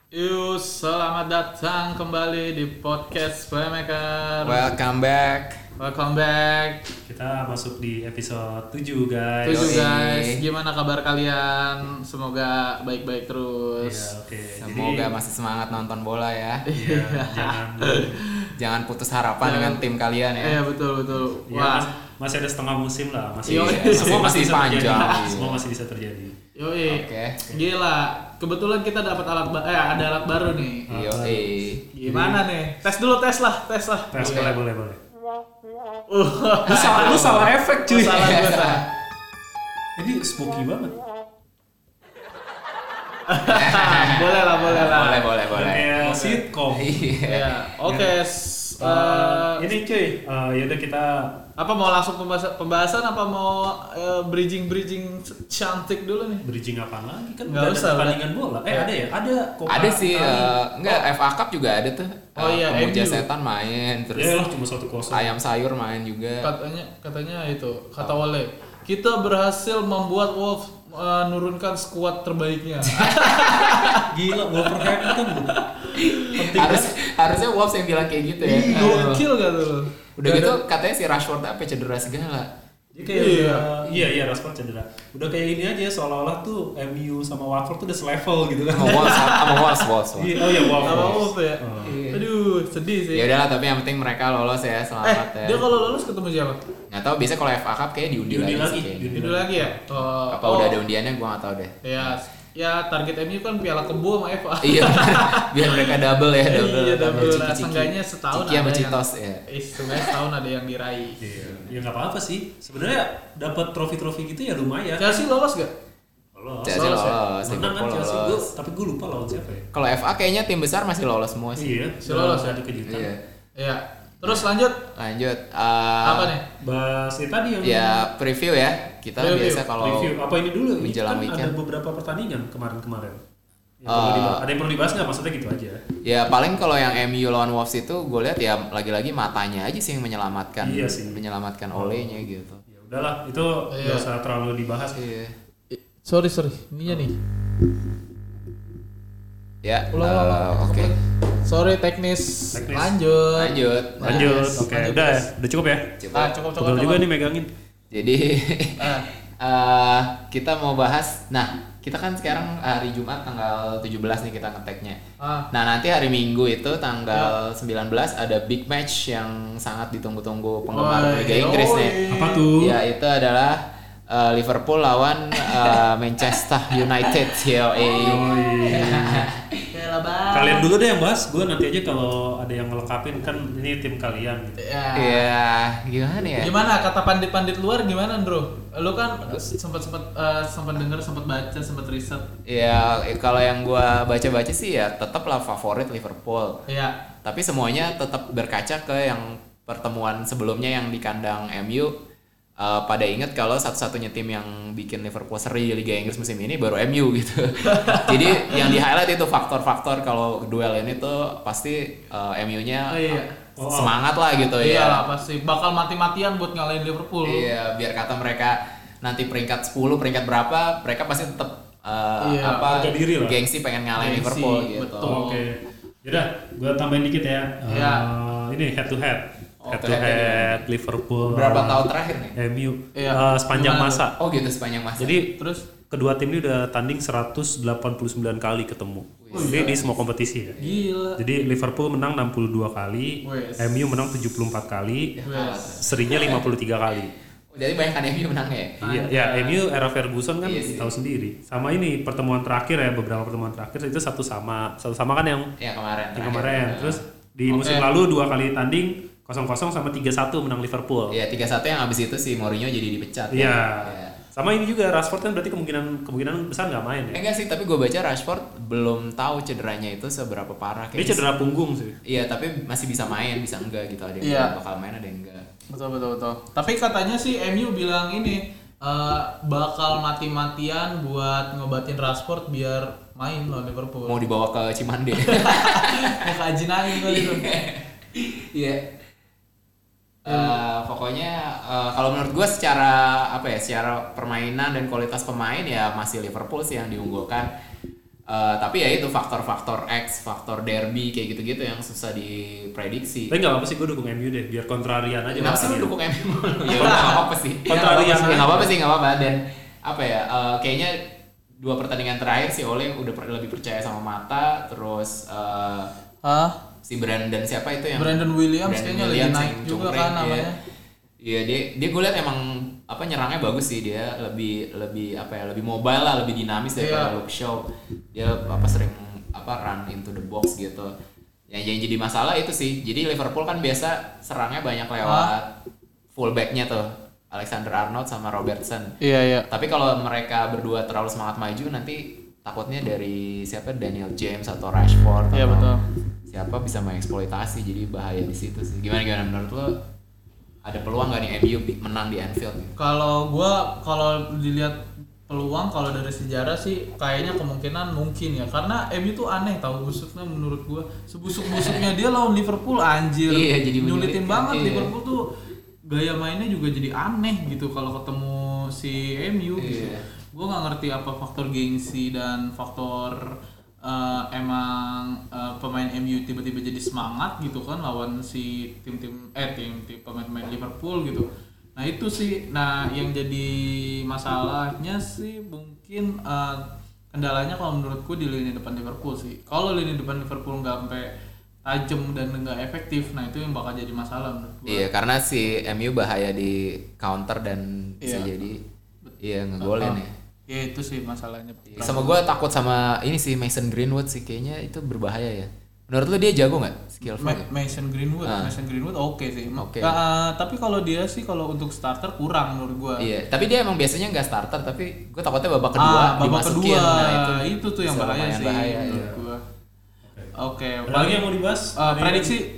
Selamat datang kembali di podcast Playmaker. Welcome back. Kita masuk di episode 7 guys. 7 guys, gimana kabar kalian? Semoga baik-baik terus. Iya, oke. Semoga masih semangat nonton bola ya. Iya, Jangan putus harapan dengan tim kalian ya. Iya betul. ya, masih ada setengah musim lah, masih Yoi. semua masih bisa Panjang, terjadi. iya. Semua masih bisa terjadi. Yoi. Oke. Gila, kebetulan kita dapat ada alat baru nih. Yoi. Gimana nih? Tes lah. Tes Iya. boleh. Lu salah efek cuy. Salah gue salah. Ini spooky banget. Boleh lah. Boleh. Kayak sitcom. Iya. Ya, oke. Ini cuy, yaudah kita Apa mau langsung pembahasan apa mau bridging cantik dulu nih? bridging apaan lagi kan Nggak udah usah, ada pertandingan bola. Ada ya? Ada Ada sih, FA Cup juga ada tuh. Oh iya, Pemuja MU. Setan main, terus Ya lah cuma 1-0. Ayam Sayur main juga. Katanya itu kata Wale, kita berhasil membuat Wolves menurunkan skuad terbaiknya. Gila, Wolverhampton lu. Penting Harusnya Wolves yang bilang kayak gitu ya. Gokil gak tuh? Udah gitu katanya si Rashford apa cedera segala. Dia kayak iya Rashford cedera. Udah kayak ini aja seolah-olah tuh MU sama Watford tuh udah selevel gitu kan. Sama Wolves. Iya, oh iya Sama Wolves. Wolves ya. Aduh, sedih sih. Ya udahlah, tapi yang penting mereka lolos ya, selamat ya. Dia kalau lolos ketemu siapa? Nggak tahu, biasanya kalau FA Cup kayak diundi Diundi lagi lagi. sih kayaknya. Itu lagi ya? Apa udah ada undiannya gua nggak tahu deh. Ya target MU kan Piala Kebo sama FA. Iya, biar mereka double ya, Iya, double. ciki-ciki. Seenggaknya setahun Ciki sama ada Citos yang, ya. Seenggaknya setahun ada yang diraih. Iya. Ya nggak apa-apa sih. Sebenarnya dapat trofi-trofi gitu ya lumayan. Chelsea lolos gak? Lolos. Chelsea Lolos ya? lolos, Menang kan Liverpool Chelsea. lolos. Tapi gue lupa lawan siapa ya. Kalau FA kayaknya tim besar masih lolos semua sih. Iya. Si lolos ya? Ada kejutan. Iya. Iya. Terus lanjut. Lanjut. Apa nih? Bahas tadi yang Ya preview ya. Kita Preview. biasa kalau review. Apa ini dulu? Ini menjelang kan weekend. ada beberapa pertandingan kemarin-kemarin. Ada yang perlu dibahas nggak? Maksudnya gitu aja. ya paling kalau yang MU lawan Wolves itu gue lihat ya lagi-lagi matanya aja sih yang menyelamatkan. Iya sih. Menyelamatkan Olenya gitu. Ya udahlah, itu Iya. nggak usah terlalu dibahas. Iya. Sorry. Ininya nih. Ya. Ulang. Oke. Sorry teknis. Lanjut. Lanjut. Lanjut. Yes. Oke, Lanjut, udah ya? guys. Udah cukup ya? Coba. Cukup. Pegel juga nih megangin. Jadi Ah. kita mau bahas. Nah, kita kan sekarang hari Jumat tanggal 17 nih kita ngeteknya. Ah. Nah, nanti hari Minggu itu tanggal 19 ada big match yang sangat ditunggu-tunggu penggemar Oi, Liga Inggris nih. Apa tuh? Ya, itu adalah Liverpool lawan Manchester United. Kalian dulu deh yang bahas, gue nanti aja kalau ada yang ngelengkapin kan ini tim kalian gitu. Ya. Iya, gimana ya? Gimana kata pandit-pandit luar gimana, Bro? Lu kan sempat denger, sempat baca, sempat riset. Ya, kalau yang gua baca-baca sih ya tetaplah favorit Liverpool. Iya. Tapi semuanya tetap berkaca ke yang pertemuan sebelumnya yang di kandang MU. Pada inget kalau satu-satunya tim yang bikin Liverpool seri di Liga Inggris musim ini baru MU gitu. Jadi yang di highlight itu faktor-faktor kalau duel ini tuh pasti MU-nya semangat lah gitu ya. Iya lah pasti bakal mati-matian buat ngalahin Liverpool. Iya, biar kata mereka nanti peringkat 10, peringkat berapa, mereka pasti tetap harga diri lah. gengsi pengen ngalahin Gengsi, Liverpool gitu. betul. Oke. Yaudah, gue tambahin dikit ya. Iya. Ini head to head. Head to head to head Liverpool. Berapa tahun terakhir nih? MU. Iya. Sepanjang Gimana masa. Oh gitu, sepanjang masa. Jadi Terus kedua tim ini udah tanding 189 kali ketemu. Jadi di semua kompetisi ya. gila. Jadi Liverpool menang 62 kali, Wes. MU menang 74 kali, Wes. serinya 53 kali. Jadi banyak kan MU menang ya? Iya, ya MU era Ferguson kan Iya sih. tahu sendiri. Sama ini pertemuan terakhir ya, beberapa pertemuan terakhir itu satu sama kan yang Yang kemarin. kemarin. Terus di musim lalu 2 kali tanding 0-0 sama 3-1 menang Liverpool. Iya, 3-1 yang abis itu si Mourinho jadi dipecat. Iya. Ya. Sama ini juga Rashford kan berarti kemungkinan besar nggak main ya. Enggak sih, tapi gue baca Rashford belum tahu cederanya itu seberapa parah. Dia cedera punggung sih. Iya, tapi masih bisa main, bisa enggak gitu. Ada yang Iya. bakal main, ada yang enggak. Betul. Tapi katanya sih MU bilang ini bakal mati-matian buat ngobatin Rashford biar main lawan Liverpool. Mau dibawa ke Cimande. Mau keajinain kali itu. Iya. Pokoknya kalau menurut gue secara secara permainan dan kualitas pemain ya masih Liverpool sih yang diunggulkan. Tapi ya itu faktor-faktor X, faktor derby kayak gitu-gitu yang susah diprediksi. Tapi nggak apa-apa sih, gue dukung MU deh, biar kontrarian aja. Kenapa sih lu dukung MU? Ya udah nggak apa-apa sih. Kontrarian. Nggak apa-apa sih, nggak apa-apa. Dan apa ya? Kayaknya 2 pertandingan terakhir si Ole udah lebih percaya sama Mata, terus si Brandon siapa itu yang Brandon Williams kayaknya lagi naik yang juga cungkring, kan namanya. Iya dia gue lihat emang nyerangnya bagus sih, dia lebih lebih mobile lah, lebih dinamis daripada Luke Shaw. Dia sering run into the box gitu. Yang jadi masalah itu sih. Jadi Liverpool kan biasa serangnya banyak lewat fullbacknya tuh, Alexander Arnold sama Robertson. Iya. Tapi kalau mereka berdua terlalu semangat maju, nanti takutnya dari Daniel James atau Rashford atau betul. siapa bisa mengeksploitasi, jadi bahaya di situ sih. Gimana menurut lo? Ada peluang nggak nih MU menang di Anfield? Kalau dilihat peluang, kalau dari sejarah sih kayaknya kemungkinan mungkin ya, karena MU tuh aneh tahu busuknya menurut gua. Sebusuk-busuknya dia lawan Liverpool anjir. Iya, jadi nyulitin banget. Iya. Liverpool tuh gaya mainnya juga jadi aneh gitu kalau ketemu si MU gitu. Iya. Gua nggak ngerti apa faktor gengsi dan faktor pemain MU tiba-tiba jadi semangat gitu kan lawan si tim pemain Liverpool gitu. Nah itu sih, yang jadi masalahnya sih mungkin kendalanya kalau menurutku di lini depan Liverpool sih. Kalau lini depan Liverpool nggak sampai tajam dan nggak efektif, nah itu yang bakal jadi masalah menurut gue. Iya, karena si MU bahaya di counter dan bisa jadi ngegolin ya. Ya itu sih masalahnya. Sama gue takut sama ini sih Mason Greenwood sih, kayaknya itu berbahaya ya. Menurut lu dia jago nggak skillful? Mason Greenwood oke sih. Oke. Tapi kalau dia sih kalau untuk starter kurang menurut gua. Iya, tapi dia emang biasanya nggak starter, tapi gue takutnya babak kedua dimasukin. Nah, itu tuh yang bahaya sih menurut gua. Oke. Ada lagi yang mau dibahas? Prediksi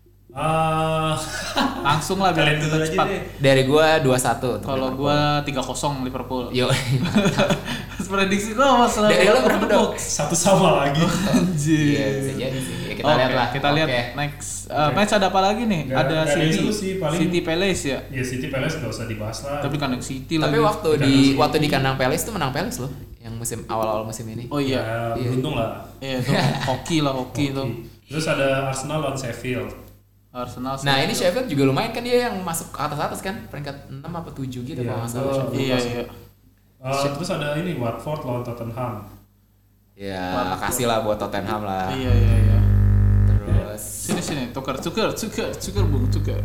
langsung lah biar Kalian dulu aja cepat. deh. Dari gue 2-1. Kalau gua 3-0 Liverpool. Yo. Prediksi gua masalah. Dari lo berapa dong? Satu sama lagi. Anjir. Iya, bisa jadi sih. Ya, kita lihat lah. Kita lihat next match ada apa lagi nih? Nggak Ada ada City. yang sih, paling- City Palace ya. Ya City Palace nggak usah dibahas lah. Tapi kandang City Tapi lagi. waktu di kandang Palace tuh menang Palace loh, yang awal-awal musim ini. Oh iya. Ya, beruntung lah. Iya tuh hoki tuh. Terus ada Arsenal lawan Sheffield. Arsenal. Nah, ini Sheffield juga lumayan kan, dia yang masuk ke atas kan, peringkat 6 apa 7 gitu kalau nggak salah. Iya. Terus ada ini Watford lawan Tottenham. Ya, kasih lah buat Tottenham lah. Iya. Terus Sini tukar Bung, tukar.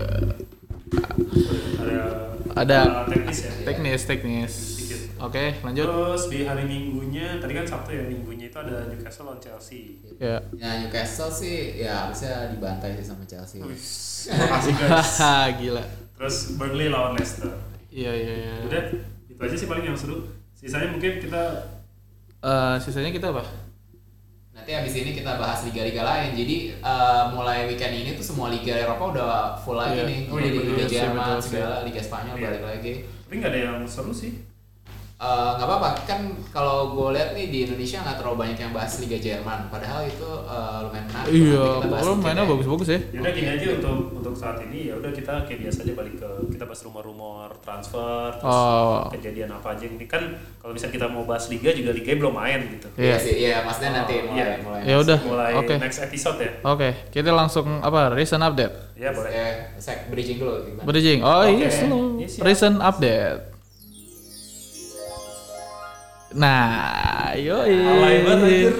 Ada teknis ya. teknis. Oke, lanjut. Terus di hari Minggunya, tadi kan Sabtu ya, Minggunya itu ada Newcastle lawan Chelsea. Ya. Newcastle sih ya harusnya dibantai sih sama Chelsea. Makasih guys. Gila. Terus Burnley lawan Leicester. Iya. Udah, itu aja sih paling yang seru. Sisanya mungkin kita Sisanya kita apa? Nanti habis ini kita bahas liga-liga lain. Jadi mulai weekend ini tuh semua liga Eropa udah full lagi Iya. nih. Oh iya, Jadi betul Liga sih, Jerman betul sih. segala, Liga Spanyol Iya. balik lagi. tapi nggak ada yang seru sih. Nggak apa-apa kan, kalau gue lihat nih di Indonesia nggak terlalu banyak yang bahas Liga Jerman, padahal itu lumayan menarik. Iya, Nanti kita bahas kalau dikit mainnya ya. bagus-bagus ya. Ya udah gini aja untuk saat ini, ya udah kita kayak biasa aja balik ke kita bahas rumor-rumor transfer, terus kejadian apa aja ini kan. Kalau misalnya kita mau bahas liga juga, liga belum main gitu. Iya sih, iya maksudnya nanti mulai. Ya udah. Mulai Oke. next episode ya. Oke, kita langsung recent update. Ya boleh. Sek bridging dulu gimana? Bridging. Oh Oke. iya, slow. Iya, siap. Recent update. Nah, Alay banget, anjir.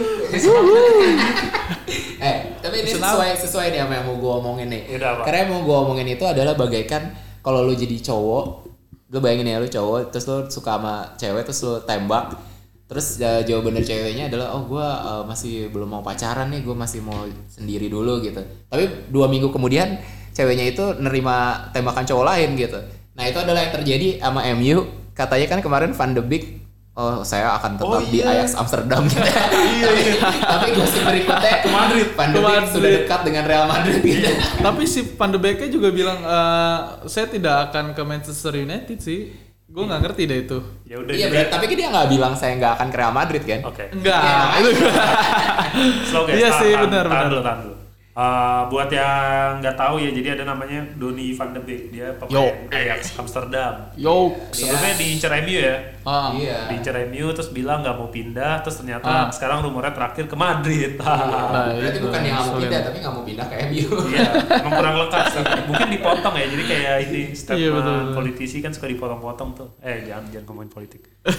Tapi ini Senang. sesuai nih sama yang mau gue omongin nih. Yaudah, apa? Karena yang mau gue omongin itu adalah bagaikan kalau lu jadi cowok, lu bayangin ya lu cowok, terus lu suka sama cewek, terus lu tembak, terus jawaban dari ceweknya adalah gue masih belum mau pacaran nih, gue masih mau sendiri dulu gitu. Tapi 2 minggu kemudian ceweknya itu nerima tembakan cowok lain gitu. Nah itu adalah yang terjadi sama MU. Katanya kan kemarin Van de Beek, saya akan tetap di Ajax Amsterdam gitu. Tapi gosip berikutnya ke Madrid. Van de Beek sudah dekat dengan Real Madrid gitu. Tapi si Van de Beek juga bilang saya tidak akan ke Manchester United sih. Gue nggak ngerti deh itu. Ya udah. Iya, berarti tapi dia nggak bilang saya nggak akan ke Real Madrid kan? Oke. Enggak. Iya, Slow guys. Iya sih, tahan benar. dulu. Buat yang nggak tahu ya, jadi ada namanya Donny van de Beek, dia pemain Ajax Amsterdam. Sebelumnya diincar MU ya. Iya. Diincar MU terus bilang nggak mau pindah, terus ternyata sekarang rumornya terakhir ke Madrid. Berarti bukan yang nggak mau pindah, tapi nggak mau pindah ke MU. Iya, emang kurang lengkap sih. Mungkin dipotong ya, jadi kayak ini statement politisi kan suka dipotong-potong tuh. Jangan ngomongin politik.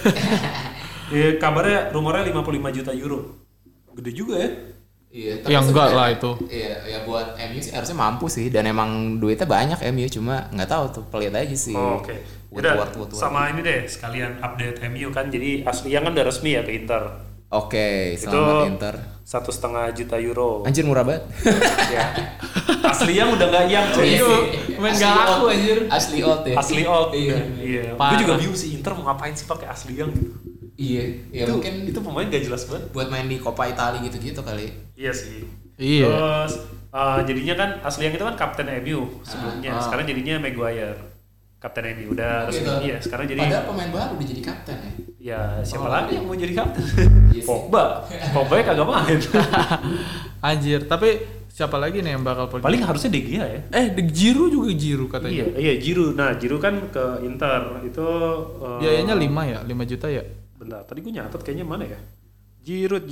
Kabarnya rumornya 55 juta euro. Gede juga ya. Iya, tapi yang enggak lah itu. Iya, ya buat MU sih harusnya mampu sih, dan emang duitnya banyak MU, cuma nggak tahu tuh, pelit aja sih. Oke. Udah sama ini deh, sekalian update MU kan, jadi Ashley Young kan udah resmi ya ke Inter. Oke, selamat Inter. 1,5 juta euro. Anjir murah banget. Ya. Ashley Young udah nggak Young cuy. Main gak aku anjir. Asli old ya. Asli old. Iya. Gue juga bingung sih Inter mau ngapain sih pakai Ashley Young gitu. Iya, ya mungkin itu pemain gak jelas banget. Buat main di Coppa Italia gitu-gitu kali. Iya sih. Iya. Terus jadinya kan Ashley Young itu kan kapten MU sebelumnya. Sekarang jadinya Maguire. Kapten MU udah resmi ya. Sekarang jadi padahal pemain baru udah jadi kapten ya. Ya, siapa lagi yang mau jadi kapten? Pogba kagak main. Anjir, tapi siapa lagi nih yang bakal paling harusnya De Gea ya. Giroud katanya. Iya, Giroud. Nah, Giroud kan ke Inter. Itu biayanya 5 juta ya? Bentar, tadi gue nyatet kayaknya mana ya? Giroud.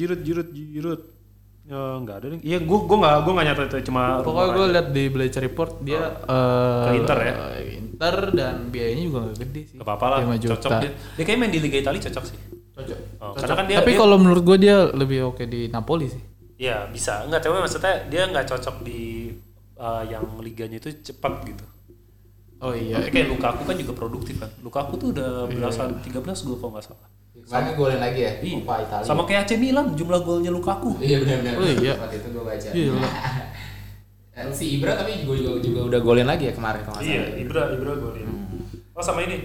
Enggak ada nih. Iya, gue enggak nyatet itu, cuma pokoknya gue lihat di Bleacher Report dia ke Inter ya. Inter dan biayanya juga enggak gede sih. Enggak apa-apa lah, cocok dia. Dia kayak main di Liga Italia cocok sih. Cocok. Karena kan tapi kalau menurut gue dia lebih oke di Napoli sih. Iya, bisa. Enggak, coba maksudnya dia enggak cocok di yang liganya itu cepat gitu. Oh iya. Tapi kayak Lukaku kan juga produktif kan. Lukaku tuh udah belasan 13 gol kalau enggak salah. Sama golin lagi ya? Coppa Italia. Sama kayak AC Milan jumlah golnya Lukaku. Iya benar. Oh iya. Waktu itu gue baca. Iya. Si Ibra tapi juga udah golin lagi ya kemarin kalau Iya, Ibra golin. Oh sama ini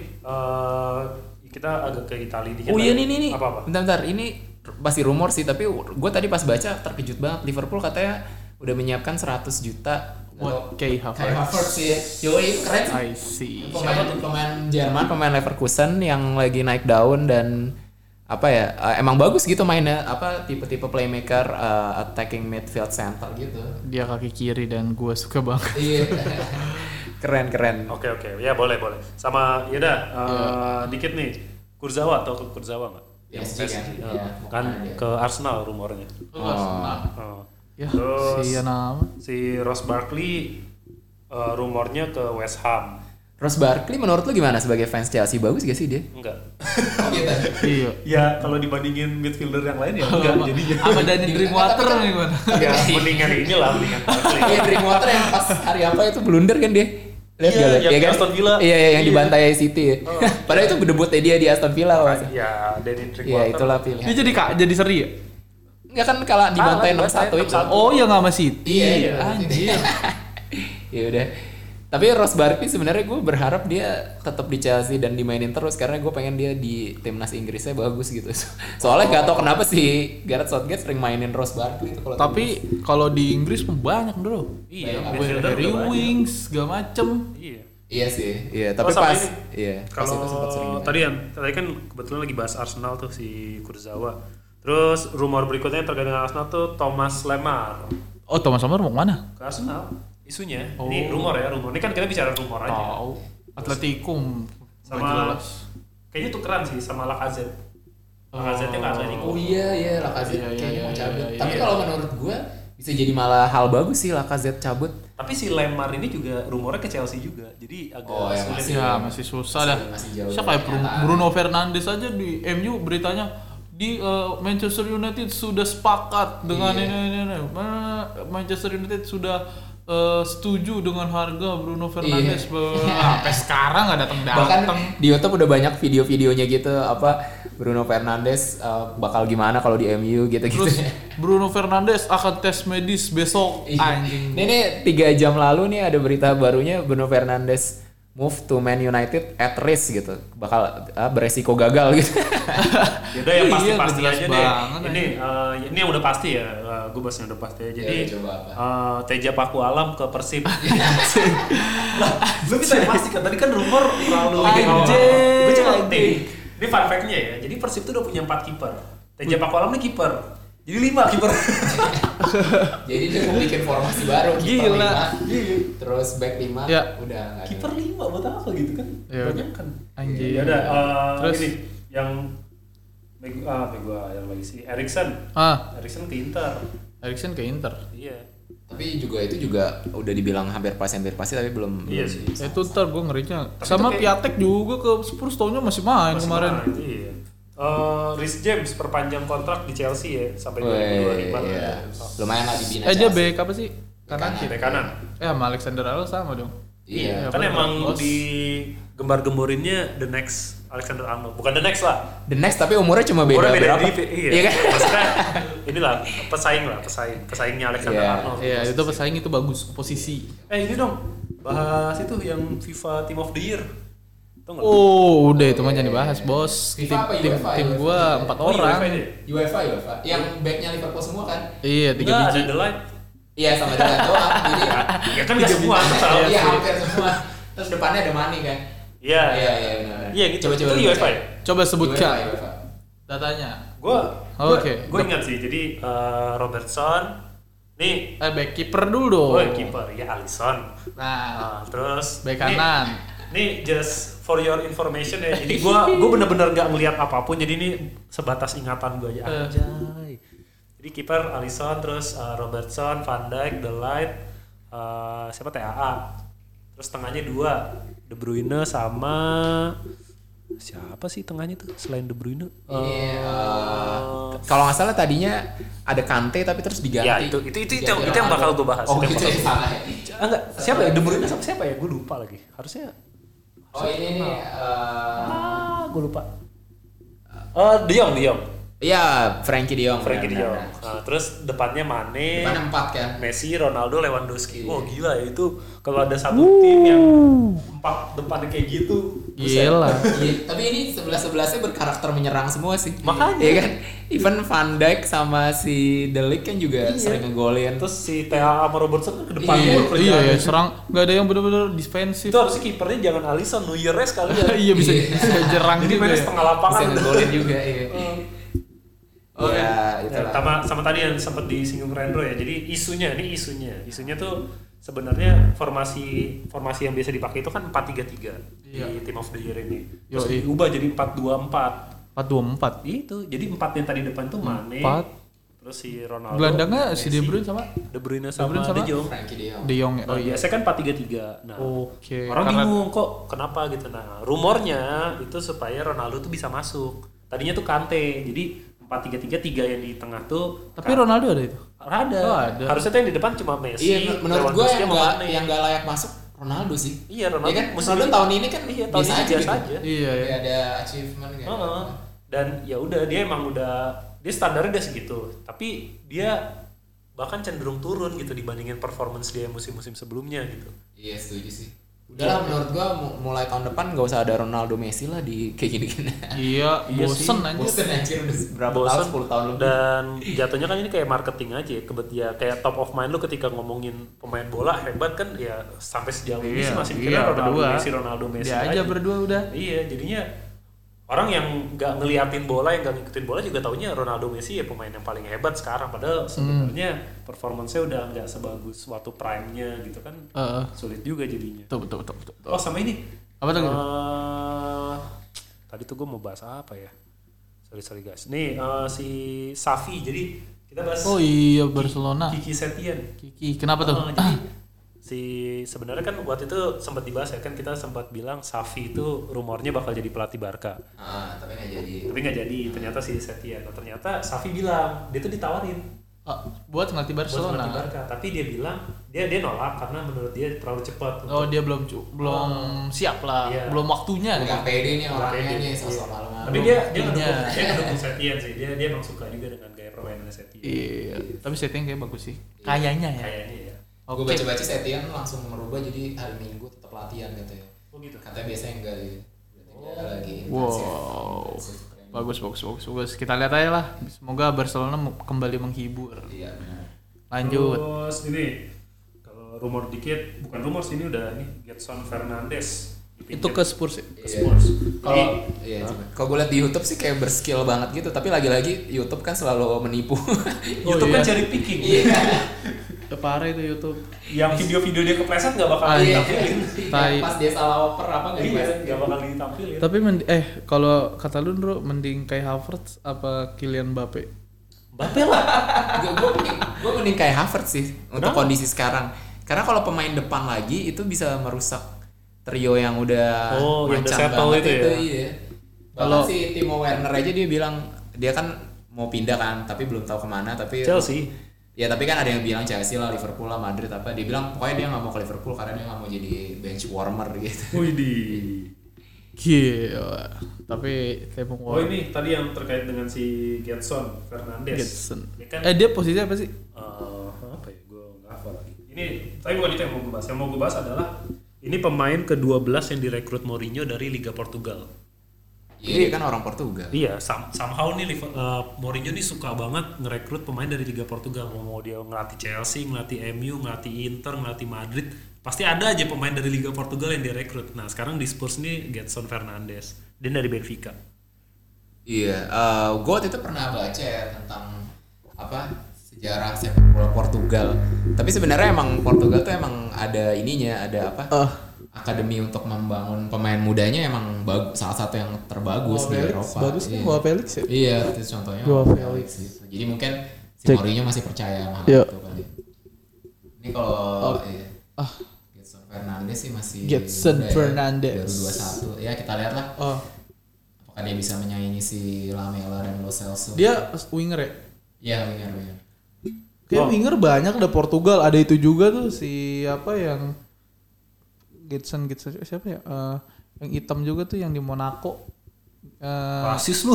kita agak ke Italia dikit. Oh iya nih. Apa? Bentar. Ini pasti rumor sih, tapi gue tadi pas baca terkejut banget. Liverpool katanya udah menyiapkan 100 juta buat Kai Havertz ya. Yoi, keren sih. I see. Pemain Jerman, pemain Leverkusen yang lagi naik daun dan apa ya, emang bagus gitu mainnya, tipe-tipe playmaker, attacking midfield center gitu. Dia kaki kiri dan gue suka banget. Iya. keren. Oke, ya boleh. Sama dikit nih, Kurzawa atau Kurzawa nggak? PSG kan ke Arsenal rumornya. Ya, terus si Ross Barkley rumornya ke West Ham. Ross Barkley menurut lu gimana sebagai fans Chelsea, bagus gak sih dia? Enggak. Oh gitu. Iya. Ya kalau dibandingin midfielder yang lain ya enggak jadinya. Apa Dani Drinkwater nih gimana? Ya mendingan Barkley. Iya, Drinkwater yang pas hari apa itu blunder kan dia. Lihat yang kan? Aston Villa. Iya, yang dibantai City ya. Padahal itu debutnya dia di Aston Villa. Ya, Dani Drinkwater. Iya, itulah pilihan. Dia jadi seri ya? Enggak kan kalau dibantai 6-1 itu. Oh, yang sama City. Iya. Anjir. Ya udah. Tapi Ross Barkley sebenarnya gue berharap dia tetap di Chelsea dan dimainin terus karena gue pengen dia di timnas Inggrisnya bagus gitu. Soalnya gak tau kenapa sih Gareth Southgate sering mainin Ross Barkley itu kalau. Tapi kalau di Inggris banyak bro. Iya. Dari Wings segala macem. Iya sih. Iya. Tapi pas. Iya. Kalau tadi kan kebetulan lagi bahas Arsenal tuh si Kurzawa. Terus rumor berikutnya yang terkait dengan Arsenal tuh Thomas Lemar. Oh, Thomas Lemar mau kemana? Ke Arsenal. Isunya. Ini rumor ya, rumor. Ini kan kita bicara rumor aja. Tahu. Atletico sama kayaknya tukeran sih sama Lacazette. Lacazette-nya ke Atletico. Oh iya, Lacazette kayaknya mau cabut. Tapi kalau menurut gue bisa jadi malah hal bagus sih Lacazette cabut. Tapi si Lemar ini juga rumornya ke Chelsea juga. Jadi agak sulit. Masih susah dah. Bisa kayak Bruno Fernandes aja di MU beritanya di Manchester United sudah sepakat dengan ini. Manchester United sudah setuju dengan harga Bruno Fernandes. Sampai sekarang nggak datang. Bahkan di YouTube udah banyak video-videonya gitu Bruno Fernandes bakal gimana kalau di MU gitu. Terus Bruno Fernandes akan tes medis besok. Anjing. Ini 3 jam lalu nih ada berita barunya Bruno Fernandes move to Man United at risk gitu, bakal beresiko gagal gitu. Yaudah yang pasti aja deh. Ini yang udah pasti ya, gue bahas yang udah pasti ya. Jadi Teja Paku Alam ke Persib. Lah, lu bisa pastikan tadi kan rumor terlalu. Gue cuma ini fun fact-nya ya. Jadi Persib tuh udah punya 4 kiper. Teja Paku Alam nih kiper. Jadi 5 kiper. Jadi dia mau bikin formasi baru, kiper 5. Terus back 5 ya. Udah enggak. Kiper 5 buat apa gitu kan? Ya, banyak kan. Anjir. Ya udah Terus ini yang yang lagi si Eriksen. Eriksen ke Inter. Eriksen ke Inter. Iya. Tapi itu juga udah dibilang hampir pasti tapi belum. Iya sih. Itu ntar gue ngerinya. Sama Piatek juga ke Spurs tahunnya masih main kemarin. Iya. Reece James perpanjang kontrak di Chelsea ya sampai 2025. Iya. Lumayan lah dibina. Dia back apa sih? Bek kanan. Sama Alexander Arnold sama dong. Iya. Kan emang di gembar-gemborinnya the next Alexander Arnold. Bukan the next lah. The next tapi umurnya cuma beda berapa? Iya kan? Maksudnya inilah pesaingnya Alexander Arnold. Iya, itu pesaing itu bagus posisi. Ini dong. Bahas itu yang FIFA Team of the Year. Oh, udah itu mah jangan dibahas, Bos. Tim gua 4 orang. UEFA. Yang backnya Liverpool semua kan? Iya, 3 biji. Ada Delight. Iya, sama Delight doang. Jadi ya kan enggak semua, iya, hampir semua. Terus depannya ada Mane kan? Iya. Iya, gitu. Coba itu UEFA ya? Coba sebutkan UEFA. datanya. Gue ingat sih. Jadi Robertson nih back kiper dulu dong. Kiper ya Alisson. Nah, terus back kanan. Nih just for your information ya. Jadi gue bener-bener gak ngelihat apapun. Jadi ini sebatas ingatan gue aja. Anjay. Jadi kiper Alisson, terus Robertson, Van Dijk, De Ligt, siapa TAA. Terus tengahnya 2, De Bruyne sama siapa sih tengahnya tuh selain De Bruyne? Kalau nggak salah tadinya ada Kante tapi terus diganti. Ya itu yang bakal gue bahas. Oh gitu ya salah ya. Enggak, siapa ya? De Bruyne sama siapa ya? Gue lupa lagi. Harusnya. Ini nih. Gue lupa. De Jong. Iya, Frankie De Jong. Terus depannya Mane. Depannya 4 kan. Messi, Ronaldo, Lewandowski. Wah gila ya itu. Kalau ada satu tim yang 4 depannya kayak gitu. Gila. Tapi ini 11-11-nya berkarakter menyerang semua sih. Makanya. Iya kan? Even Van Dijk sama si De Ligt kan juga sering ngegolin. Terus si TAA sama Robertson kan ke depan. Iya, serang. Gak ada yang bener-bener defensif. Itu harusnya kipernya jangan Alisson, Neuer-nya sekali. Iya bisa jerang juga. Jadi mainnya setengah lapangan. Bisa ngegolin juga, iya. Oh ya, sama tadi yang sempat disinggung Rendro ya. Jadi isunya tuh sebenarnya formasi yang biasa dipakai itu kan 4-3-3 di Team of the Year ini. Terus diubah jadi 4-2-4. 4-2-4. Itu. Jadi 4 yang tadi depan tuh Mane. Terus si Ronaldo. Gelandangnya si De Bruyne sama De Jong. De Jong. Oh iya, biasanya kan 4-3-3. Nah, orang bingung kok kenapa gitu. Nah, rumornya itu supaya Ronaldo tuh bisa masuk. Tadinya tuh Kante. Jadi 4-3-3 yang di tengah tuh. Tapi Ronaldo ada itu? Ada. Harusnya tuh yang di depan cuma Messi. Iya, menurut gue yang nggak layak masuk Ronaldo sih. Iya, Ronaldo. Ya kan? Ronaldo tahun ini kan biasa aja. Iya. Ada achievement gitu. Dan ya udah dia emang dia standarnya udah segitu. Tapi dia bahkan cenderung turun gitu dibandingin performance dia musim-musim sebelumnya gitu. Iya, setuju sih. Udahlah menurut gua mulai tahun depan gak usah ada Ronaldo Messi lah di kayak gini-gini. Iya, bosen anjir udah berapa tahun, 10 tahun lebih. Dan jatuhnya kan ini kayak marketing aja ya, kayak top of mind lu ketika ngomongin pemain bola hebat kan ya sampai sejauh ini sih masih mikirnya Ronaldo Messi aja berdua udah. Iya, jadinya orang yang nggak ngeliatin bola, yang nggak ngikutin bola juga taunya Ronaldo Messi ya pemain yang paling hebat sekarang. Padahal sebenarnya performance-nya udah nggak sebagus waktu prime-nya gitu kan. Sulit juga jadinya. Betul. Oh sama ini. Apa tuh? Tadi tuh gue mau bahas apa ya? Sorry guys. Nih si Xavi. Jadi kita bahas. Oh iya Barcelona. Kiki Setien. Kenapa tuh? Jadi sebenarnya kan waktu itu sempat dibahas ya kan, kita sempat bilang Xavi itu rumornya bakal jadi pelatih Barca. Tapi nggak jadi. Ternyata si Setien. Ternyata Xavi bilang dia tuh ditawarin buat ngelatih Barcelona. Tapi dia bilang dia nolak karena menurut dia terlalu cepat. Dia belum siap lah, belum waktunya. Nggak pede nih orangnya nih sosok malu-malu. Tapi dia ngedukung Setien sih. Dia emang suka juga dengan gaya permainan Setien. Iya. Tapi Setien kayak bagus sih. Kayaknya ya. Gue baca-baca Setien langsung merubah jadi hari Minggu tetap latihan gitu ya. Oh gitu. Katanya biasanya enggak gitu. Dia lagi intensif. Bagus. Kita lihat aja lah. Semoga Barcelona kembali menghibur. Iya. Lanjut. Terus ini kalau rumor dikit, bukan rumor sih, ini udah nih Gedson Fernandes Itu ke Spurs. Kalau gue liat di YouTube sih kayak berskill banget gitu, tapi lagi-lagi YouTube kan selalu menipu. YouTube kan cherry picking. Iya. Parah itu YouTube. Yang video-video dia kepleset nggak bakal ditampilin. Pas dia salah oper apa nggak bakal ditampilin. Tapi kalau kata lu Bro, mending kayak Havertz apa Kylian Mbappe? Mbappe lah. Gue mending kayak Havertz sih untuk kondisi sekarang. Karena kalau pemain depan lagi itu bisa merusak trio yang udah yang udah settle banget itu ya. Iya. Kalau si Timo Werner aja dia bilang dia kan mau pindah kan, tapi belum tahu kemana. Tapi Chelsea. Ya tapi kan ada yang bilang Chelsea lah, Liverpool lah, Madrid apa. Dia bilang pokoknya dia nggak mau ke Liverpool karena dia nggak mau jadi bench warmer gitu. Widih. Gila. Tapi Timo Oh ini tadi yang terkait dengan si Gedson Fernandes. Gedson. Dia dia posisi apa sih? Apa ya? Gue nggak hafal lagi. Ini tapi bukan itu yang mau gue bahas. Yang mau gue bahas adalah ini pemain ke-12 yang direkrut Mourinho dari Liga Portugal. Iya, dia kan orang Portugal. Iya, somehow nih Mourinho nih suka banget ngerekrut pemain dari Liga Portugal. Mau dia ngelatih Chelsea, ngelatih MU, ngelatih Inter, ngelatih Madrid, pasti ada aja pemain dari Liga Portugal yang dia rekrut. Nah, sekarang di Spurs nih Gedson Fernandes. Dia dari Benfica. Iya, gue waktu itu pernah baca ya tentang sejarah sepak bola Portugal. Tapi sebenarnya emang Portugal tuh emang ada ininya, ada akademi untuk membangun pemain mudanya emang salah satu yang terbagus di Eropa. Bagus kan Joao Felix ya? Iya, itu contohnya Joao Felix. Gitu. Jadi mungkin si Mourinho masih percaya sama hal itu kan. Ini kalau Gedson Fernandes sih masih Gedson Fernandes. Baru 21. Ya kita lihat lah. Apakah dia bisa menyaingi si Lamela dan Lo Celso? Dia winger ya? Iya, winger. Kayak winger banyak, ada Portugal, ada itu juga tuh si yang Gedson siapa ya? Yang hitam juga tuh yang di Monaco. Rasis lu.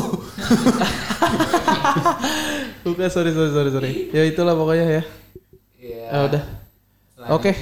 Bukan, sorry. Ya itulah pokoknya ya. Iya. Udah. Oke.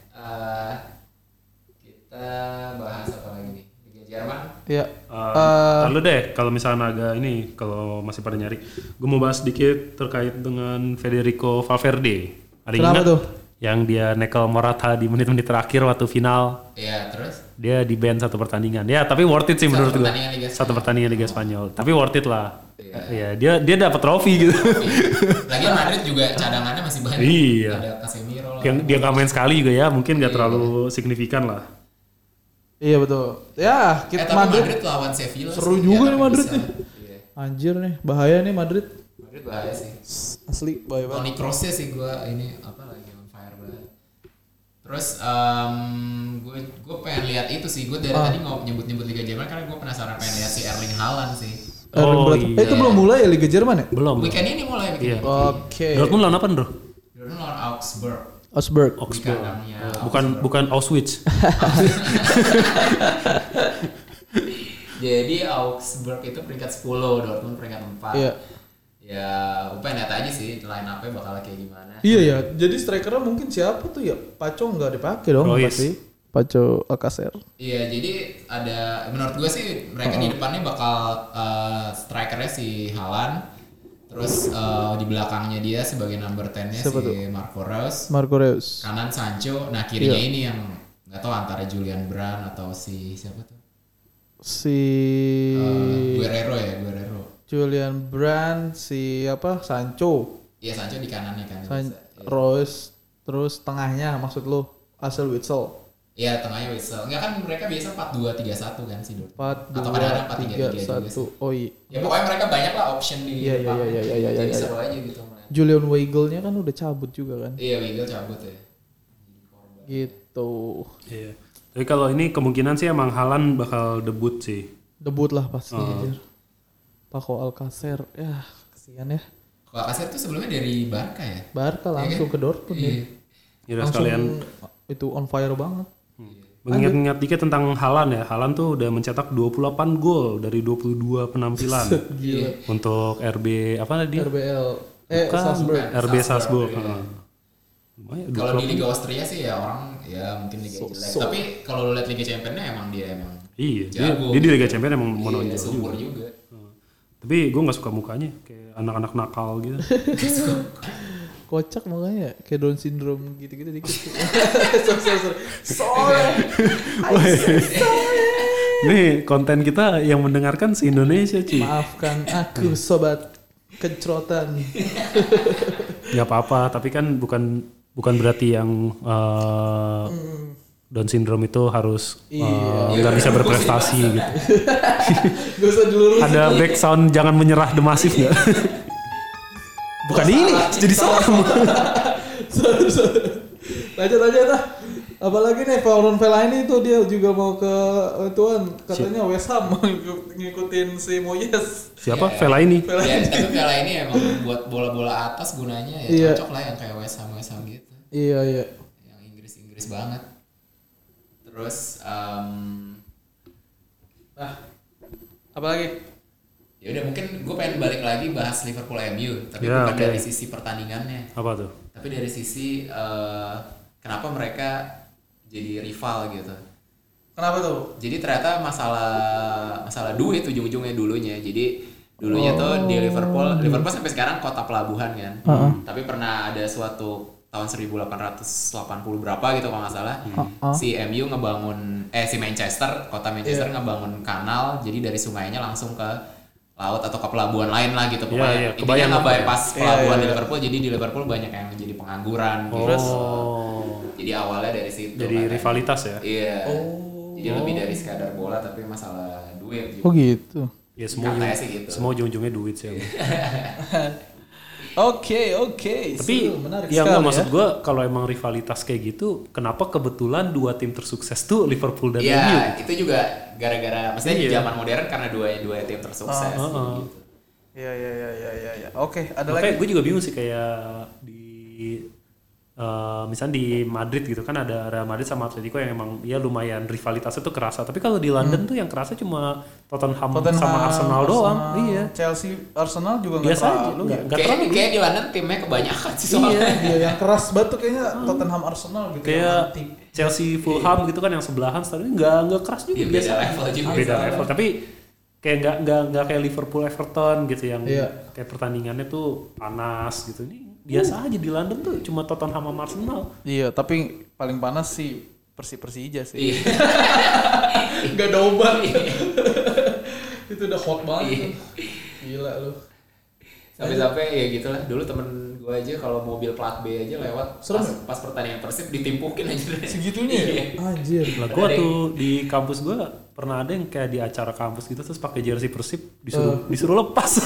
Kita bahas apa lagi nih? Liga Jerman. Iya. Lalu deh, kalau misalnya agak ini, kalau masih pada nyari, gue mau bahas sedikit terkait dengan Federico Valverde. Ada kenapa ingat? tuh? Yang dia nekel Morata di menit-menit terakhir waktu final. Iya, terus? Dia di ban 1 pertandingan. Ya, tapi worth it sih menurut gue. 1 pertandingan Liga Spanyol. Tapi worth it lah. Iya, dia dapat trofi gitu. Lagi Madrid juga cadangannya masih banyak. Iya. Ada Casemiro lah. Yang dia nggak main sekali juga ya, mungkin nggak terlalu signifikan lah. Iya betul. Ya, kita tapi Madrid lawan Sevilla seru sih, juga nih Madrid bisa. nih. Iya. Anjir nih, bahaya nih Madrid. Madrid bahaya sih. Asli bahaya banget. Toni Kroosnya sih gue ini lagi on fire banget. Terus gue pengen lihat itu sih. Gue dari tadi mau nyebut Liga Jerman karena gue penasaran pengen lihat si Erling Haaland sih. Iya. Itu belum mulai ya Liga Jerman ya? Belum. Weekend ini mulai. Iya. Oke. Dortmund lawan apa, Bro? Dortmund lawan Augsburg. Bukan Auschwitz. Jadi Augsburg itu peringkat 10, Dortmund peringkat 4. Iya. Ya, gue pengen lihat aja sih line up-nya bakal kayak gimana. Iya ya. Jadi strikernya mungkin siapa tuh ya? Paco nggak dipakai dong pasti. Paco Alcacer. Iya, jadi ada menurut gue sih mereka di depannya bakal strikernya si Haaland. Terus di belakangnya dia sebagai number 10-nya si Marco Reus. Kanan Sancho. Nah, kirinya ini yang nggak tahu antara Julian Brand atau si siapa tuh? Guerrero. Julian Brand, Sancho. Iya, Sancho di kanannya kan. Reus, terus tengahnya maksud lu Asel Witsel. Iya, tengahnya Witsel. Enggak kan mereka biasa 4-2-3-1 kan sih, Dor. 4-2-3-1. Atau kadang-kadang 4-3-3 juga. Oh iya. Ya pokoknya mereka banyak lah option di depan. Iya. Jadi seru aja gitu. Julian Weigl-nya kan udah cabut juga kan. Iya, Weigl cabut ya. Gitu. Iya. Tapi kalau ini kemungkinan sih emang Haaland bakal debut sih. Debut lah pasti anjir. Paco Alcacer. Ya, kesian ya. Paco Alcacer tuh sebelumnya dari Barca ya? Barca langsung ke Dortmund ya. Iya, langsung sekalian itu on fire banget. Mengingat dikit tentang Haaland ya. Haaland tuh udah mencetak 28 gol dari 22 penampilan. Gila. Untuk RB apa tadi? Salzburg. Salzburg. Kalau di Liga Austria sih ya orang ya mungkin Liga jelek. Tapi kalau lu lihat Liga Champions-nya emang dia iya, jago. Dia di Liga Champions emang menonjol subur juga. Tapi gue nggak suka mukanya kayak anak-anak nakal gitu. Kocak makanya kayak Down syndrome gitu-gitu dikit. Sorry. Nih konten kita yang mendengarkan se-Indonesia cuy. Maafkan aku sobat kecrotan. Gak apa-apa, tapi kan bukan berarti yang Down syndrome itu harus nggak bisa berprestasi gitu. Gak usah dulu. Ada background jangan menyerah The Massive nggak? Bukan ini, jadi serem. Lanjut aja dah. Apalagi nih Valon Fellaini itu dia juga mau ke tuan katanya West Ham ngikutin si Moyes. Siapa? Fellaini. Ya, tapi Fellaini emang buat bola-bola atas gunanya ya cocok lah yang kayak West Ham gitu. Iya. Yang Inggris banget. Terus apa lagi? Ya udah mungkin gue pengen balik lagi bahas Liverpool MU tapi bukan dari sisi pertandingannya. Apa tuh? Tapi dari sisi kenapa mereka jadi rival gitu. Kenapa tuh? Jadi ternyata masalah duit ujung-ujungnya dulunya. Jadi dulunya tuh di Liverpool sampai sekarang kota pelabuhan kan. Tapi pernah ada suatu tahun 1880 berapa gitu kalau nggak salah. Si MU si kota Manchester ngebangun kanal. Jadi dari sungainya langsung ke laut atau ke pelabuhan lain lah gitu. Pokoknya intinya nge-bypass pelabuhan di Liverpool. Jadi di Liverpool banyak yang jadi pengangguran gitu. Jadi awalnya dari situ. Jadi rivalitas ya? Iya. Jadi lebih dari sekadar bola tapi masalah duit gitu. Oh gitu. Ya semua ujung-ujungnya duit sih. Oke. Tapi yang nggak maksud gue kalau emang rivalitas kayak gitu, kenapa kebetulan dua tim tersukses tuh Liverpool dan MU? Iya, itu juga gara-gara, maksudnya di zaman modern karena dua tim tersukses. Gitu. Iya. Oke, ada Makanya lagi. gue juga bingung sih kayak di misalnya di Madrid gitu kan ada Real Madrid sama Atletico yang emang ya lumayan rivalitasnya tuh kerasa. Tapi kalau di London tuh yang kerasa cuma Tottenham sama Arsenal doang. Iya. Chelsea, Arsenal juga nggak Biasa aja. terlalu. Kayak di London timnya kebanyakan sih soalnya. Iya, yang keras banget tuh kayaknya Tottenham Arsenal gitu. Kayak Chelsea Fulham gitu kan yang sebelahan, tapi nggak keras juga Ya, biasa. beda level juga. Beda level, tapi kayak nggak kayak Liverpool Everton gitu yang kayak pertandingannya tuh panas gitu. Ini biasa aja di London tuh cuma Tottenham sama Arsenal. Iya, tapi paling panas sih Persija sih. Iya. Gak ada obat. Itu udah hot banget. Gila lu. Sampai-sampai ya gitulah. Dulu temen gue aja kalau mobil plat B aja lewat pas pertandingan Persib ditimpukin aja. Segitunya ya? Anjir. Lah gue tuh di kampus gue pernah ada yang kayak di acara kampus gitu terus pakai jersey Persib disuruh lepas.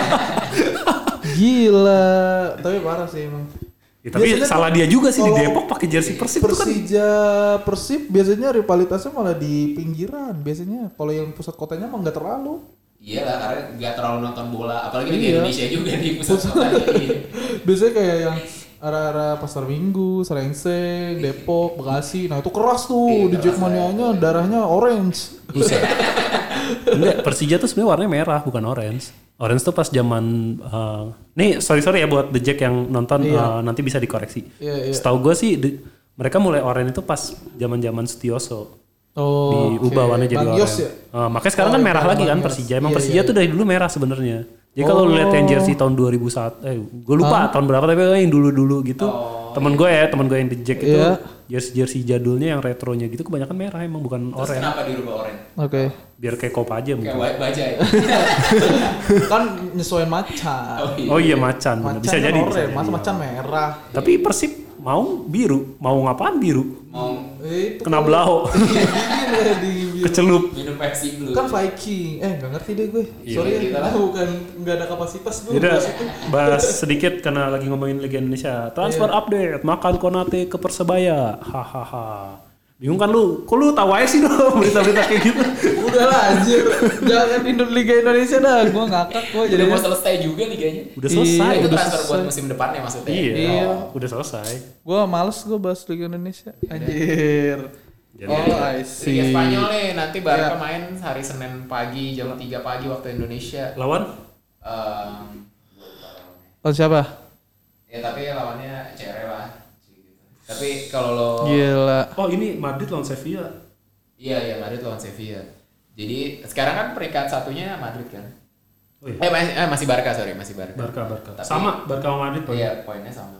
Gila, tapi parah sih emang. Ya, tapi biasanya salah dia juga sih di Depok pakai jersey Persib tuh kan. Persib biasanya rivalitasnya malah di pinggiran biasanya. Kalau yang pusat kotanya mah nggak terlalu. Iya lah, karena nggak terlalu nonton bola, apalagi di Indonesia juga di pusat kotanya. Biasanya kayak yang arah-arah Pasar Minggu, Srengseng, Depok, Bekasi. Nah itu keras tuh di Jackmania-nya darahnya orange. Buset. Enggak, Persija tuh sebenarnya warnanya merah bukan orange. Orange tuh pas zaman nih sorry ya buat The Jack yang nonton nanti bisa dikoreksi. Setahu gue sih mereka mulai orange itu pas zaman Sutioso. Diubah warnanya jadi orange. Ya? Makanya sekarang kan merah lagi kan Persija. Emang Persija tuh dari dulu merah sebenarnya. Jadi kalau lu lihat yang jersey tahun 2001, gue lupa tahun berapa tapi yang dulu gitu. Temen gue yang The Jack itu jersey jadulnya yang retronya gitu kebanyakan merah emang bukan orange. Kenapa dirubah orange? Oke. Biar kayak Copa aja mungkin. Kayak white baja ya. Kan nyesuaiin macan. Oh iya macan bisa jadi. Macan merah. Tapi Persib mau biru, mau ngapaan biru? Mau kena belaho. Kecelup. Minum Pepsi dulu. Kan Viking. Enggak ngerti deh gue. Sorry ya. Bukan enggak ada kapasitas gue. Udah bahas sedikit karena lagi ngomongin Liga Indonesia. Transfer update, makan Konate ke Persebaya. Hahaha. Bingung kan lu? Kok lu tahu aja sih dong berita-berita kayak gitu? Udah lah anjir. Jangan Liga Indonesia dah. Gue ngakak gue. Jadi mau selesai juga liganya. Udah selesai. Itu transfer buat musim depannya maksudnya. Iya. Udah selesai. Gue males gue bahas Liga Indonesia. Anjir. I see. Liga Spanyol nih nanti Barca main hari Senin pagi jam 3 pagi waktu Indonesia. Lawan? Siapa? Ya tapi lawannya CR lah. Tapi kalau lo gila. Oh ini Madrid lawan Sevilla. Iya Madrid lawan Sevilla. Jadi sekarang kan peringkat satunya Madrid kan. Oh, iya. Masih Barca masih Barca. Barca. Tapi, sama Barca sama Madrid. Iya poinnya sama.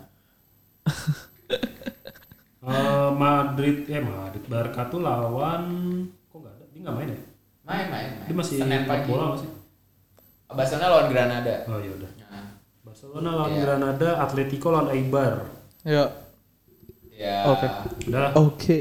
Madrid Barca tuh lawan kok nggak ada? Dia nggak main ya? Main. Dia masih Senin pagi. bola masih. Barcelona lawan Granada. Oh iya udah. Nah. Barcelona lawan Granada, Atletico lawan Eibar. Ya. Ya. Oke. Udah. Oke.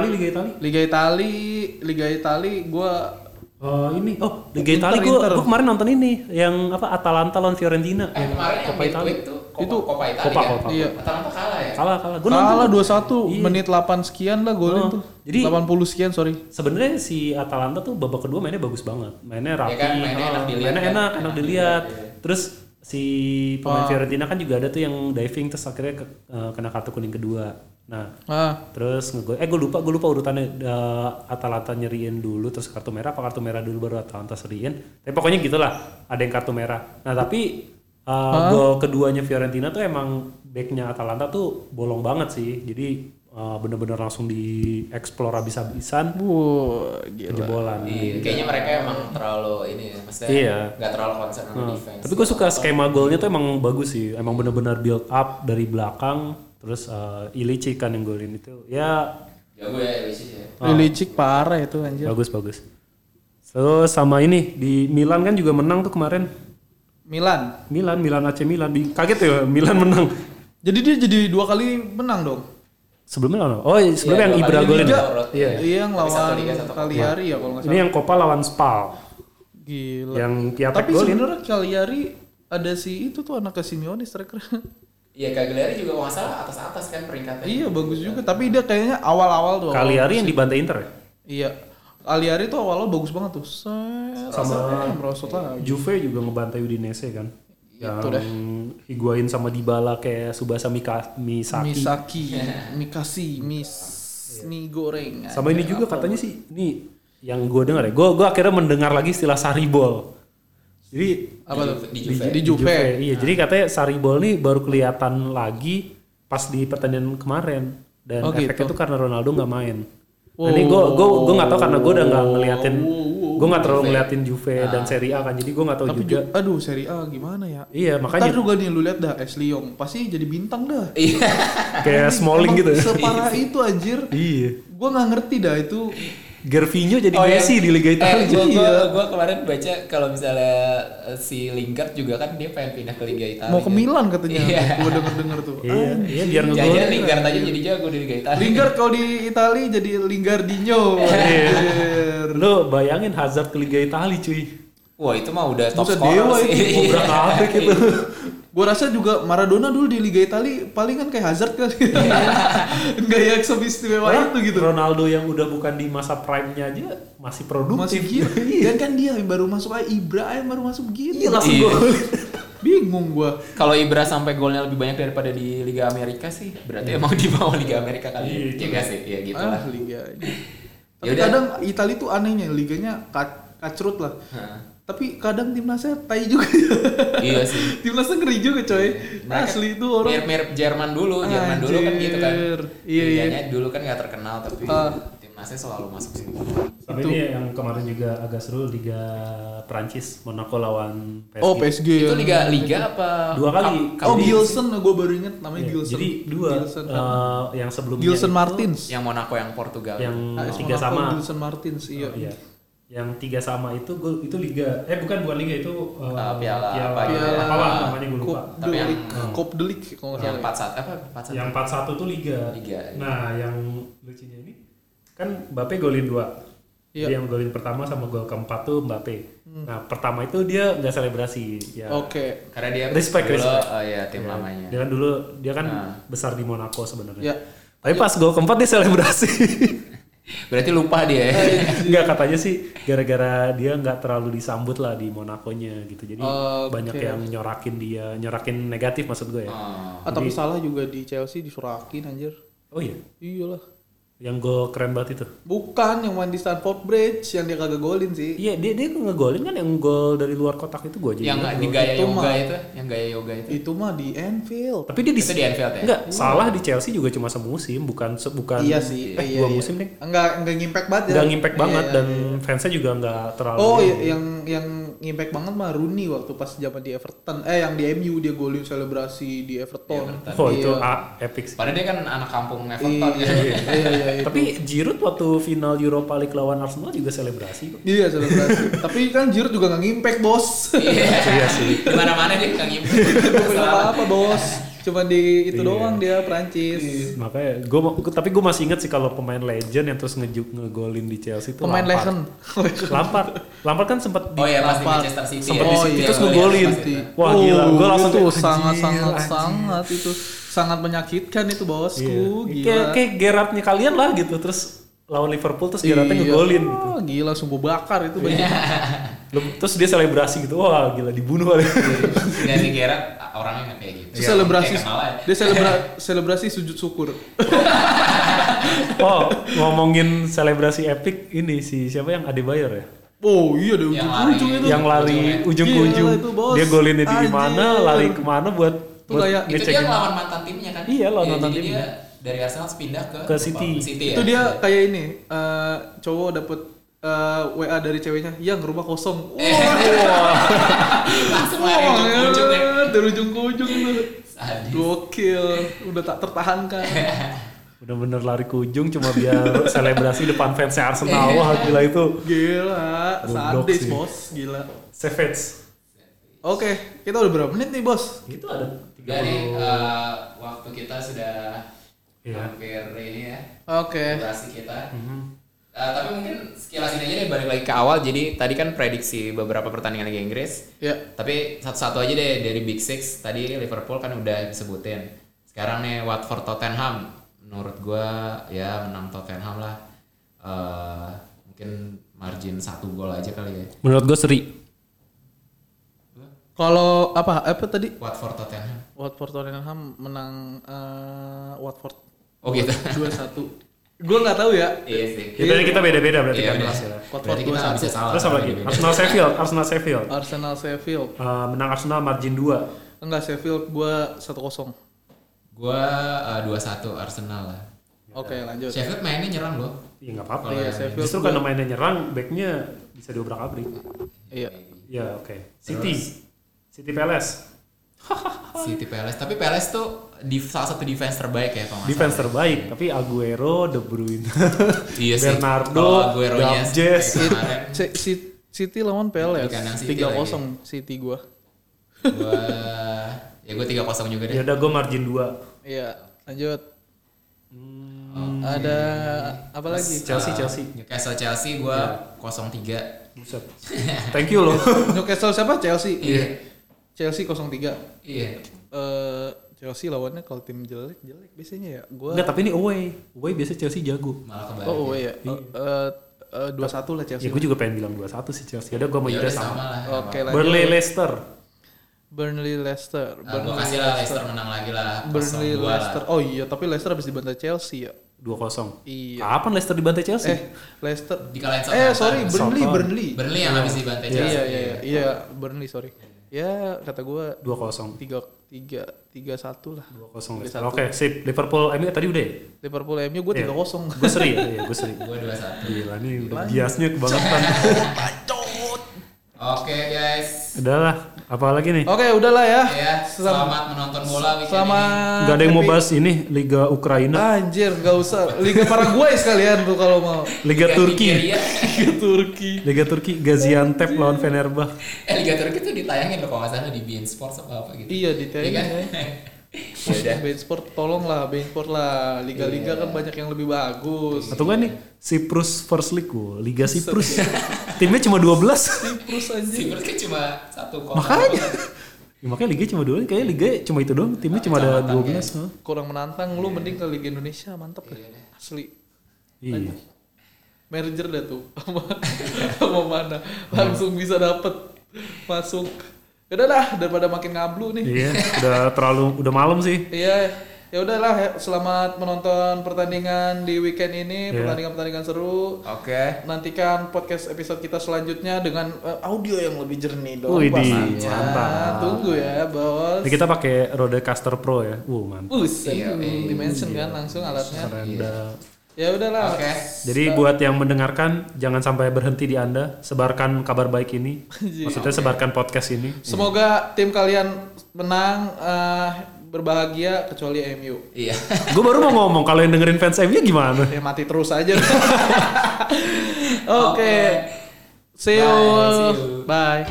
Liga Itali gua Liga Italia gue kemarin nonton ini yang apa Atalanta lawan Fiorentina yang kemarin Coppa yang Italia. itu Coppa Italia kan? Coppa. Iya. Atalanta kalah ya? Kalah. Gue kalah nonton 2-1 Iya. menit 8 sekian lah golin tuh. Jadi 80 sekian sorry. sebenarnya si Atalanta tuh babak kedua mainnya bagus banget. Mainnya rapi, Ya kan, mainnya enak dilihat kan? enak dilihat. Iya. Terus si pemain Fiorentina kan juga ada tuh yang diving terus akhirnya kena kartu kuning kedua. Nah, terus gue lupa urutannya Atalanta nyeriin dulu terus kartu merah dulu baru Atalanta seriin. Tapi pokoknya gitulah, ada yang kartu merah. Nah, tapi gol keduanya Fiorentina tuh emang backnya Atalanta tuh bolong banget sih. Jadi bener-bener langsung dieksplor habis-habisan. Gila. Jebolan. Iya, kayaknya mereka emang terlalu maksudnya nggak terlalu concern sama defense. Tapi gue suka skema golnya tuh emang bagus sih. Emang bener-bener build up dari belakang. Terus Ilicic kan yang golin itu. Ya jago ya Ilicic ya. Ilicic parah itu anjir. Bagus. Terus sama ini di Milan kan juga menang tuh kemarin. Milan AC Milan. Kaget ya Milan menang. Jadi dia jadi 2 kali menang dong. Sebelumnya lawan. Sebelumnya yang Ibra golin. Iya, yang lawan Cagliari ya kalau enggak salah. Ini yang Coppa lawan Spal. Gila. Yang Piatek Tapi golin. sebenarnya Cagliari ada si itu tuh anak Simeone striker. Iya, Cagliari juga kalau nggak salah atas kan peringkatnya. Iya, bagus juga. Tapi dia kayaknya awal-awal tuh. Cagliari yang dibantai Inter ya? Iya. Cagliari tuh awalnya bagus banget tuh. Sama merosot lah. Juve juga ngebantai Udinese kan. Itu Yang Higuain sama Dybala kayak Tsubasa Misaki. Mie goreng. Sama ini juga katanya sih, ini yang gue dengar ya. Gue akhirnya mendengar lagi istilah Saribol. Jadi Apa tuh? Di Juve. Iya, jadi katanya Saribol nih baru kelihatan lagi pas di pertandingan kemarin dan efeknya tuh karena Ronaldo nggak main. Nah, ini gue nggak tahu karena gue udah nggak ngeliatin, gue nggak terlalu ngeliatin Juve dan Serie A kan, jadi gue nggak tahu Tapi juga. aduh Serie A gimana ya? Iya makanya. Ntar juga nih lu lihat dah Ashley Young pasti jadi bintang dah. Iya. Kayak Smalling gitu. Separah itu anjir. Iya. Gue nggak ngerti dah itu. Gervinho jadi Messi di Liga Italia. Gue kemarin baca kalau misalnya si Lingard juga kan dia pengen pindah ke Liga Italia. Mau ke Milan katanya. Iya. Gue denger tuh. Iya biar ngegolin. Jangan Lingard aja jadi jago di Liga Italia. Lingard kalau di Italia jadi Lingardinho. Lo bayangin Hazard ke Liga Italia cuy. Wah itu mah udah top Buset scorer dewa sih. itu. Obrak abrik itu. Gue rasa juga Maradona dulu di Liga Italia paling kan kayak Hazard kan. Enggak yang seistimewa itu gitu. Ronaldo yang udah bukan di masa prime-nya aja masih produktif. Masih gila. Dan kan dia baru masuk aja Ibra baru masuk gitu. Iya langsung gol. Bingung gua. Kalau Ibra sampai golnya lebih banyak daripada di Liga Amerika sih, berarti emang di bawah Liga Amerika kali. Iya nggak sih, ya gitu lah. Liganya. Tapi Yaudah. kadang Italia tuh anehnya liganya kacrut lah. Tapi kadang timnasnya tai juga. Iya sih. Timnasnya ngeri juga coy. Asli itu orang. Mirip Jerman dulu kan gitu kan. Iya. Liganya dulu kan nggak terkenal tapi timnasnya selalu masuk sini. Tapi ini yang kemarin juga agak seru Liga Prancis Monaco lawan PSG. Oh PSG. Itu liga apa? Dua kali. Gilson, gue baru inget namanya Gilson. Jadi dua. Gilson, yang sebelumnya Gilson itu Martins. Yang Monaco yang Portugal. Yang AS 3 Monaco, sama. Gilson Martins iya. Yang 3 sama itu liga. Bukan liga itu piala apa namanya gue lupa. Tapi yang Cop de Ligue kalau yang nggak salah. 4-1 apa 4-1. Yang 4-1 tuh liga. Nah, yang lucunya ini kan Mbappe golin 2. Iya. Dia yang golin pertama sama gol keempat tuh Mbappe. Nah, pertama itu dia nggak selebrasi. Ya. Oke. Karena dia Respect. tim lamanya. Dia kan besar di Monaco sebenarnya. Ya. Tapi pas gol keempat dia selebrasi. Berarti lupa dia ya. Enggak, katanya sih gara-gara dia nggak terlalu disambut lah di Monaco-nya gitu. Jadi banyak yang nyorakin negatif maksud gue ya. Tapi salah juga di Chelsea disurakin anjir. Oh iya. Iyalah. Yang gol keren banget itu. Bukan yang main di Stamford Bridge yang dia kagak golin sih. Iya, dia ngegolin kan yang gol dari luar kotak itu gue aja. Yang di gaya yoga itu. Itu mah di Anfield. Tapi dia Itu di Anfield ya? Enggak, salah di Chelsea juga cuma semusim, bukan Iya sih. dua musim nih. Enggak ngimpact banget ya. Enggak ngimpact banget dan fansnya juga enggak terlalu. Oh, yang ngimpact banget mah Rooney waktu pas zaman di Everton. Yang di MU dia golin selebrasi di Everton. Oh, itu epic sih. Padahal dia kan anak kampung Everton Iya. Tapi Giroud waktu final Europa League lawan Arsenal juga selebrasi kok. Iya selebrasi. Tapi kan Giroud juga nggak ngimpact bos. Iya sih. Di mana-mana dia nggak ngimpact. Apa bos? Cuma di itu doang dia Prancis. Makanya gue masih ingat sih kalau pemain legend yang terus ngegolin di Chelsea itu pemain legend. Lampard kan sempat pas di Manchester City. Sempat di City terus ngegolin. Wah gila, gue langsung itu sangat itu sangat menyakitkan itu bosku. Gila. Kayak Gerrardnya kalian lah gitu, terus lawan Liverpool terus Gerrardnya ngegolin gitu. Gila sumbu bakar itu banyak. Terus dia selebrasi gitu, wah gila dibunuh kali. Dan Gerrard orangnya nggak kayak gitu. Dia selebrasi sujud syukur. Oh, ngomongin selebrasi epic ini siapa yang Adebayor ya? Oh iya ada ujung-ujung itu. Yang lari ujung ke ujung. Dia golinnya di mana, lari kemana buat itu dia lawan mantan timnya kan? Iya, lawan mantan timnya. Dia dari Arsenal pindah ke City itu dia kayak ini cowok dapet WA dari ceweknya yang rumah kosong. Langsung lari ujung ke ujung ya. Dari ujung ke ujung tuh. Gokil, udah tak tertahankan. Bener-bener lari ke ujung cuma biar selebrasi depan fansnya Arsenal. Wah gila itu. Gila, sadis bos, gila. Savage. Oke, kita udah berapa menit nih bos? Itu ada 30. Jadi waktu kita sudah hampir ini ya. Oke. Durasi kita. Tapi mungkin sekilas ini aja deh, balik lagi ke awal. Jadi tadi kan prediksi beberapa pertandingan Liga Inggris. Iya. Tapi satu-satu aja deh dari Big Six. Tadi Liverpool kan udah disebutin. Sekarang nih Watford Tottenham. Menurut gue ya menang Tottenham lah. Mungkin margin 1 gol aja kali ya. Menurut gue seri. Kalau apa tadi? Watford Tottenham menang Watford. Oh gitu. 2-1. Gue nggak tahu ya. Iya sih. Jadi kita beda-beda berarti kan. Berarti kita nggak bisa salah. Terus apa lagi? Arsenal Sheffield. Menang Arsenal margin 2. Enggak, Sheffield gue 1-0. Gue 2-1 Arsenal lah. Oke, lanjut. Sheffield mainnya nyerang loh. Iya nggak apa-apa. Iya, Sheffield justru karena mainnya nyerang, backnya bisa diobrak-abrik. Iya. Ya oke. City Palace. Tapi Palace tuh salah satu defense terbaik ya kalau defense terbaik, tapi Aguero, De Bruyne, iya sih. Bernardo, Jazz. City lawan Palace 3-0 City gue 3-0 juga deh. Ya udah gue margin 2. Iya, lanjut. Ada apa lagi? Newcastle Chelsea gue 0-3. Buset. Thank you loh. Newcastle siapa? Chelsea. Iya. Chelsea 0-3. Iya. Chelsea lawannya kalau tim jelek biasanya ya. Enggak, tapi ini away. Away biasa Chelsea jago. Malah kebalik. Oh, away ya. 2-1 lah Chelsea. Ya gue juga pengen bilang 2-1 sih Chelsea. Ada gue mau juga sama. Oke, lanjut. Burnley Leicester. Gue kasih lah Leicester menang lagi lah. Burnley Leicester. Oh iya, tapi Leicester habis dibantai Chelsea ya. 2-0. Iya. Kapan Leicester dibantai Chelsea? Leicester. Dikalahin Southampton. Burnley. Burnley yang habis dibantai Chelsea. Iya, Burnley sorry. Ya, kata gue 2-0. 3-1 lah. 2-0. Oke, sip. Liverpool MU tadi udah ya? Liverpool MU gue 3-0. Gue seri ya? Iya, gue seri. Gue 2-1. Gila nih udah biasnya kebangetan. Oke guys. Udahlah, apa lagi nih? Oke, udahlah ya. Selamat menonton bola weekend ini. Gak ada yang mau bahas ini Liga Ukraina. Anjir, gak usah. Liga Paraguay sekalian tuh kalau mau. Liga Turki. Liga Turki Gaziantep lawan Fenerbahce. Liga Turki tuh ditayangin loh kalau nggak salah di beIN Sports apa gitu. Iya, ditayangin. Ya beIN Sport, tolonglah beIN Sport lah. Liga-liga kan banyak yang lebih bagus. Atau enggak nih Cyprus First League, Liga Cyprus. Timnya cuma 12. Cyprus anjing. Cyprus kan cuma 1. Makanya. Ya, makanya liga cuma 2, kayaknya liga cuma itu doang, timnya cuma ada 12. Kurang menantang, lu mending ke Liga Indonesia, mantep ya. Asli. Iya. Merger dah tuh sama mana. Langsung bisa dapet masuk. Udah lah, daripada makin ngablu nih. Iya, udah malam sih. Iya. Ya udahlah, selamat menonton pertandingan di weekend ini, pertandingan seru. Oke. Nantikan podcast episode kita selanjutnya dengan audio yang lebih jernih dong. Mantap. Tunggu ya, bos. Ini kita pakai Rodecaster Pro ya. Mantap. Dimension kan langsung alatnya. Rendah. Ya udahlah. Oke. Jadi buat yang mendengarkan jangan sampai berhenti di Anda, sebarkan kabar baik ini. Maksudnya sebarkan podcast ini. Semoga tim kalian menang. berbahagia kecuali MU. Iya. Gue baru mau ngomong kalau yang dengerin fans MU gimana? Ya mati terus aja. Oke. See you. Bye.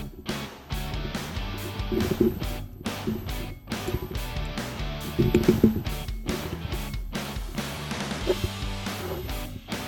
Bye.